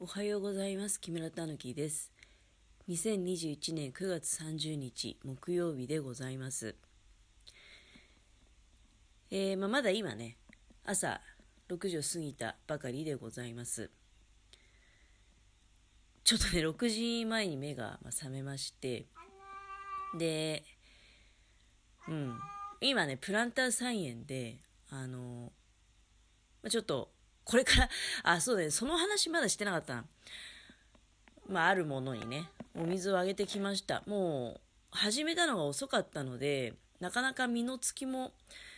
おはようございます。木村たぬきです。2021年9月30日木曜日でございます。まだ今ね、朝6時を過ぎたばかりでございます。ちょっとね、6時前に目が覚めまして、で、今ね、プランター菜園で、ちょっと、これから、そうだね、その話まだしてなかったな。あるものにね、お水をあげてきました。もう、始めたのが遅かったので、なかなか実のつきも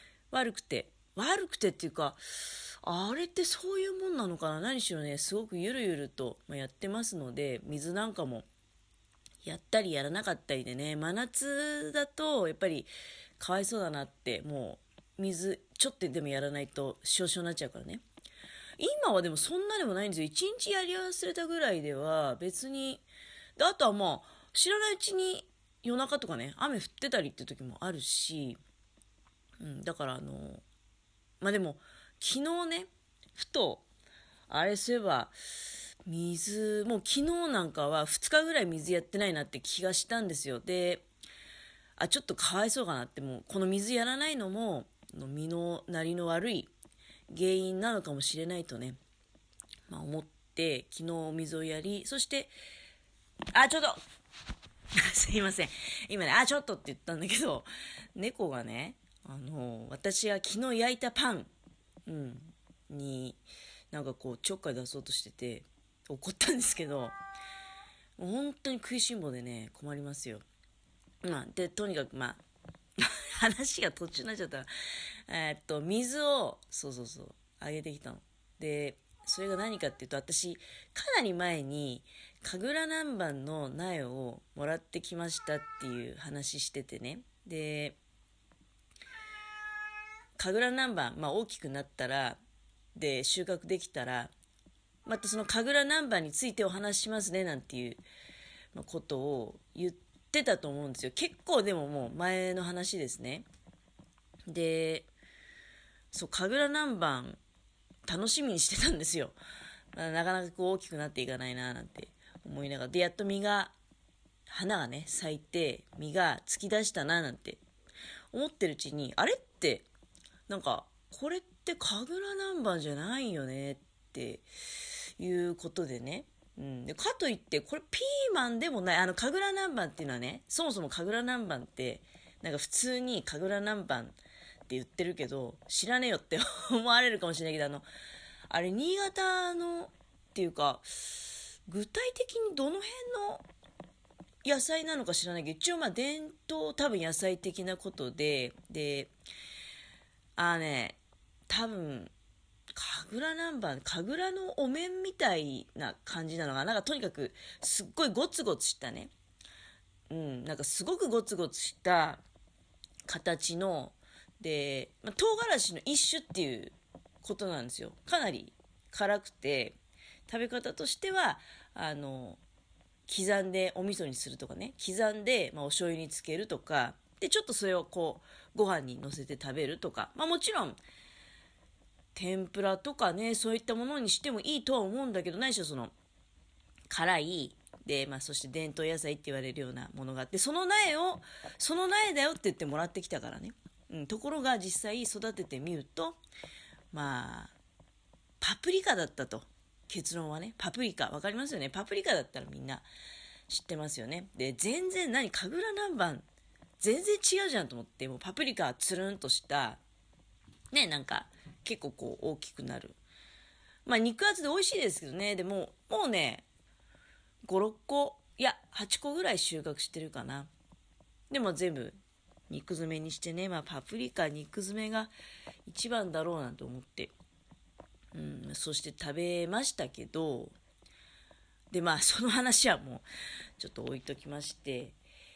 悪くてっていうか、あれってそういうもんなのかな。何しろね、すごくゆるゆるとやってますので、水なんかもやったりやらなかったりでね、真夏だとやっぱりかわいそうだなって、もう水ちょっとでもやらないと少々になっちゃうからね。今はでもそんなでもないんですよ。一日やり忘れたぐらいでは別に。で、あとは知らないうちに夜中とかね、雨降ってたりって時もあるし、だからでも、昨日ね、ふと、あれそういえば、もう昨日なんかは2日ぐらい水やってないなって気がしたんですよ。で、ちょっとかわいそうかなって、もうこの水やらないのも、身のなりの悪い原因なのかもしれないとね、思って昨日お水をやり、そしてちょっとすいません、今ねちょっとって言ったんだけど、猫がね、私が昨日焼いたパン、になんかこうちょっかい出そうとしてて怒ったんですけど、本当に食いしん坊でね困りますよ。でとにかく話が途中になっちゃった。水をそうあげてきたので、それが何かっていうと、私かなり前に神楽南蛮の苗をもらってきましたっていう話しててね。で、神楽南蛮、大きくなったらで収穫できたら、またその神楽南蛮についてお話ししますねなんていうことを言ってたと思うんですよ。結構でももう前の話ですね。で、そう、神楽南蛮楽しみにしてたんですよ。なかなかこう大きくなっていかないななんて思いながら。で、やっと花がね、咲いて、実が突き出したななんて思ってるうちに、あれって、これって神楽南蛮じゃないよねっていうことでね。でかといって、これピーマンでもない。神楽南蛮っていうのはね、そもそも神楽南蛮って、普通に神楽南蛮って言ってるけど、知らねえよって思われるかもしれないけど、あれ、新潟のっていうか、具体的にどの辺の野菜なのか知らないけど、一応伝統多分野菜的なことで、多分、神楽南蛮、神楽のお面みたいな感じなのが、とにかくすっごいゴツゴツしたね、すごくゴツゴツした形の、で、唐辛子の一種っていうことなんですよ。かなり辛くて、食べ方としては、刻んでお味噌にするとかね、刻んで、お醤油につけるとか、で、ちょっとそれをこう、ご飯に乗せて食べるとか、もちろん、天ぷらとかね、そういったものにしてもいいとは思うんだけど、何しろ辛い、で、そして伝統野菜って言われるようなものがあって、その苗だよって言ってもらってきたからね。ところが実際育ててみると、パプリカだったと。結論はね、パプリカ。わかりますよね。パプリカだったらみんな知ってますよね。で、全然神楽南蛮、全然違うじゃんと思って、もうパプリカはつるんとした、ね、結構こう大きくなる。肉厚で美味しいですけどね。でも、もうね、5、6個、いや、8個ぐらい収穫してるかな。でも全部肉詰めにしてね、パプリカ肉詰めが一番だろうなんて思って、そして食べましたけど、でその話はもうちょっと置いときまして、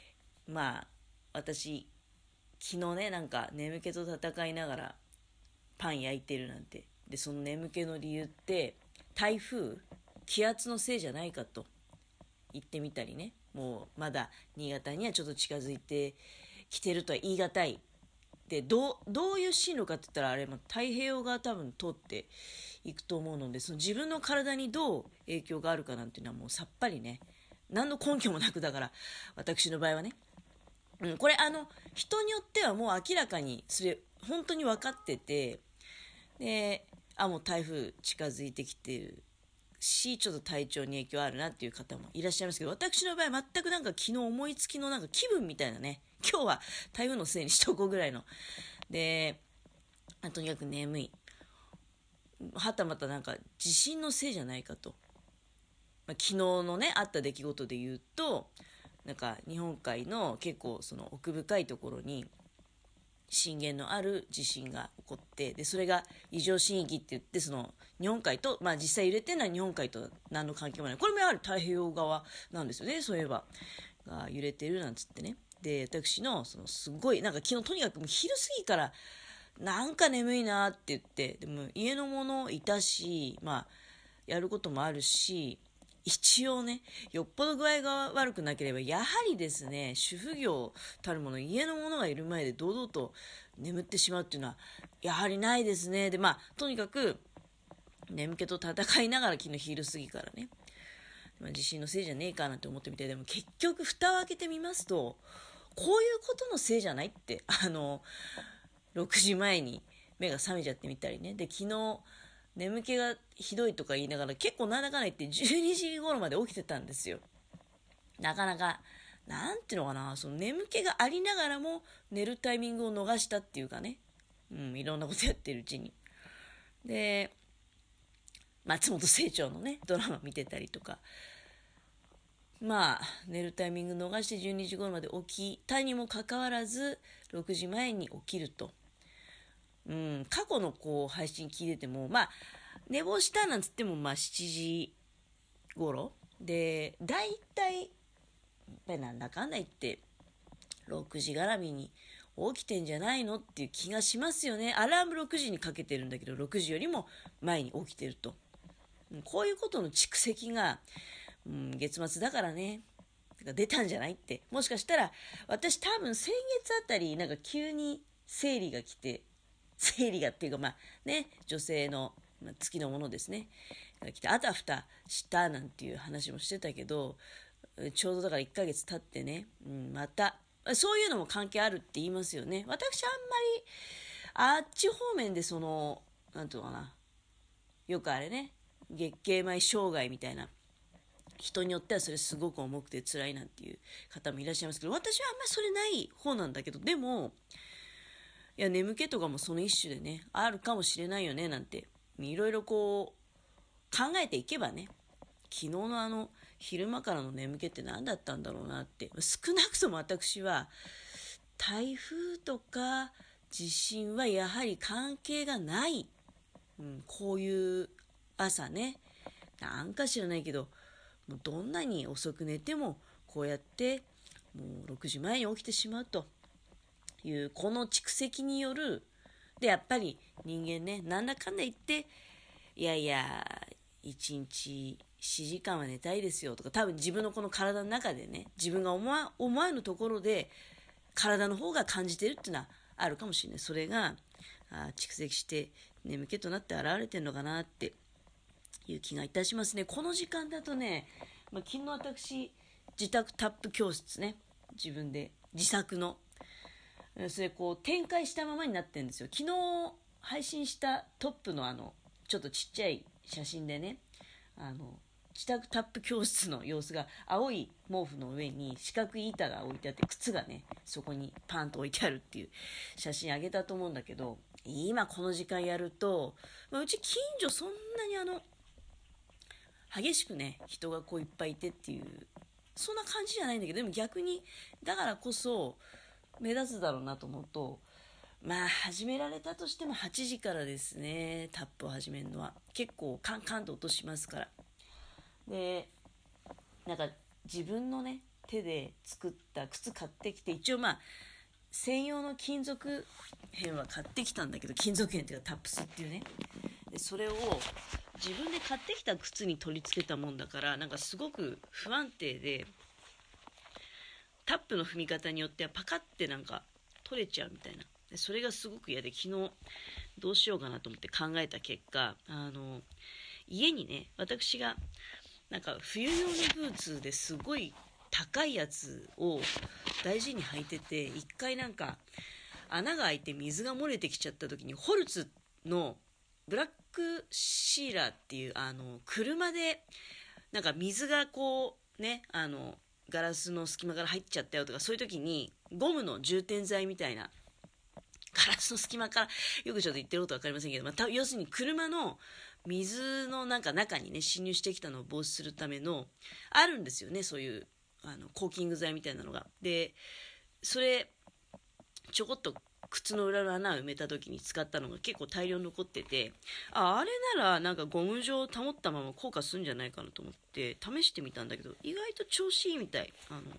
私昨日ね、眠気と戦いながらパン焼いてるなんて、でその眠気の理由って台風、気圧のせいじゃないかと言ってみたりね、もうまだ新潟にはちょっと近づいてきてるとは言い難いでどういう進路かって言ったらあれ、太平洋側多分通っていくと思うので、その自分の体にどう影響があるかなんていうのはもうさっぱりね、何の根拠もなく、だから私の場合はね、これ人によってはもう明らかにそれ本当に分かってて、でもう台風近づいてきてるし、ちょっと体調に影響あるなっていう方もいらっしゃいますけど、私の場合全くなんか昨日思いつきのなんか気分みたいなね、今日は台風のせいにしとこうぐらいので、とにかく眠い、はたまたなんか地震のせいじゃないかと、昨日のねあった出来事で言うと、なんか日本海の結構その奥深いところに震源のある地震が起こって、でそれが異常震域って言って、その日本海と、実際揺れてるのは日本海と何の関係もない、これもやはり太平洋側なんですよね。そういえばが揺れてるなんつってね。で私のそのすごいなんか昨日とにかくもう昼過ぎからなんか眠いなって言って、でも家のものいたし、やることもあるし、一応ね、よっぽど具合が悪くなければ、やはりですね、主婦業たるもの、家のものがいる前で堂々と眠ってしまうっていうのは、やはりないですね。で、とにかく、眠気と戦いながら昨日昼過ぎからね、地震のせいじゃねえかなんて思ってみて、でも結局蓋を開けてみますと、こういうことのせいじゃないって、6時前に目が覚めちゃってみたりね。で、昨日、眠気がひどいとか言いながら結構なんだかんだ言って12時頃まで起きてたんですよ。なかなかなんていうのかな、その眠気がありながらも寝るタイミングを逃したっていうかね、いろんなことやってるうちに、で松本清張のねドラマ見てたりとか、寝るタイミング逃して12時頃まで起きたにもかかわらず6時前に起きると。過去の配信聞いてても、寝坊したなんつっても7時頃で、だいたいなんだかんだ言って6時絡みに起きてんじゃないのっていう気がしますよね。アラーム6時にかけてるんだけど6時よりも前に起きてると、こういうことの蓄積が、月末だからね出たんじゃないって。もしかしたら私多分先月あたりなんか急に生理が来て、生理がっていうか女性の月のものですねが来て、あたふたしたなんていう話もしてたけど、ちょうどだから1ヶ月経ってね、またそういうのも関係あるって言いますよね。私あんまりあっち方面でそのなんていうのかな、よくあれね、月経前障害みたいな、人によってはそれすごく重くて辛いなんていう方もいらっしゃいますけど、私はあんまりそれない方なんだけど、でもいや眠気とかもその一種でねあるかもしれないよねなんて、いろいろ考えていけばね、昨日の昼間からの眠気って何だったんだろうなって。少なくとも私は台風とか地震はやはり関係がない、こういう朝ね、なんか知らないけどもうどんなに遅く寝てもこうやってもう6時前に起きてしまうというこの蓄積による、でやっぱり人間ね、なんだかんだ言っていや1日7時間は寝たいですよとか、多分自分のこの体の中でね、自分が思わぬところで体の方が感じてるっていうのはあるかもしれない。それが蓄積して眠気となって現れてるのかなっていう気がいたしますね。この時間だとね、昨日私自宅タップ教室ね、自分で自作のそれ展開したままになってるんですよ。昨日配信したトップのちょっとちっちゃい写真でね、自宅タップ教室の様子が、青い毛布の上に四角い板が置いてあって、靴がねそこにパンと置いてあるっていう写真あげたと思うんだけど、今この時間やると、うち近所そんなに激しくね人がいっぱいいてっていうそんな感じじゃないんだけど、でも逆にだからこそ目立つだろうなと思うと、始められたとしても8時からですね、タップを始めるのは結構カンカンと音しますから。でなんか自分のね手で作った靴買ってきて、一応専用の金属片は買ってきたんだけど、金属片っていうかタップスっていうね、でそれを自分で買ってきた靴に取り付けたもんだから、なんかすごく不安定で、タップの踏み方によってはパカってなんか取れちゃうみたいなでそれがすごく嫌で、昨日どうしようかなと思って考えた結果、家にね、私がなんか冬用のブーツですごい高いやつを大事に履いてて、一回なんか穴が開いて水が漏れてきちゃった時に、ホルツのブラックシーラーっていう車でなんか水がこうね、ガラスの隙間から入っちゃったよとか、そういう時にゴムの充填剤みたいな、ガラスの隙間から、よくちょっと言ってること分かりませんけど、要するに車の水のなんか中にね侵入してきたのを防止するためのあるんですよね、そういうコーキング剤みたいなのが。でそれちょこっと靴の裏の穴を埋めた時に使ったのが結構大量残ってて、あれならなんかゴム状を保ったまま効果するんじゃないかなと思って試してみたんだけど、意外と調子いいみたい。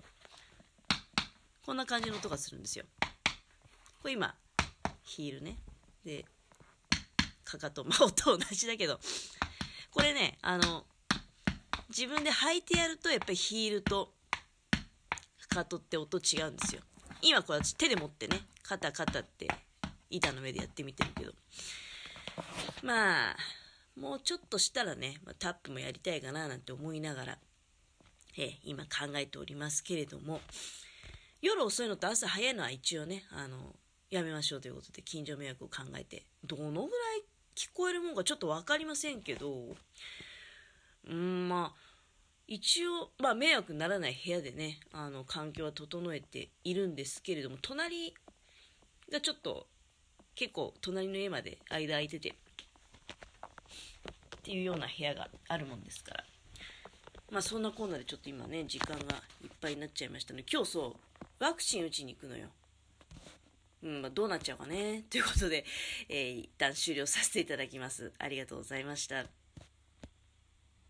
こんな感じの音がするんですよ。これ今ヒールね、でかかと、音同じだけど、これね自分で履いてやるとやっぱりヒールとかかとって音違うんですよ。今これ私手で持ってね、カタカタって板の上でやってみてるけど、もうちょっとしたらね、タップもやりたいかななんて思いながら、今考えておりますけれども、夜遅いのと朝早いのは一応ね、やめましょうということで、近所迷惑を考えて、どのぐらい聞こえるもんかちょっと分かりませんけど、一応、迷惑にならない部屋でね、環境は整えているんですけれども、隣がちょっと結構隣の家まで間空いててっていうような部屋があるもんですから、そんなこんなでちょっと今ね時間がいっぱいになっちゃいましたので、今日そうワクチン打ちに行くのよ。どうなっちゃうかねということで、一旦終了させていただきます。ありがとうございました。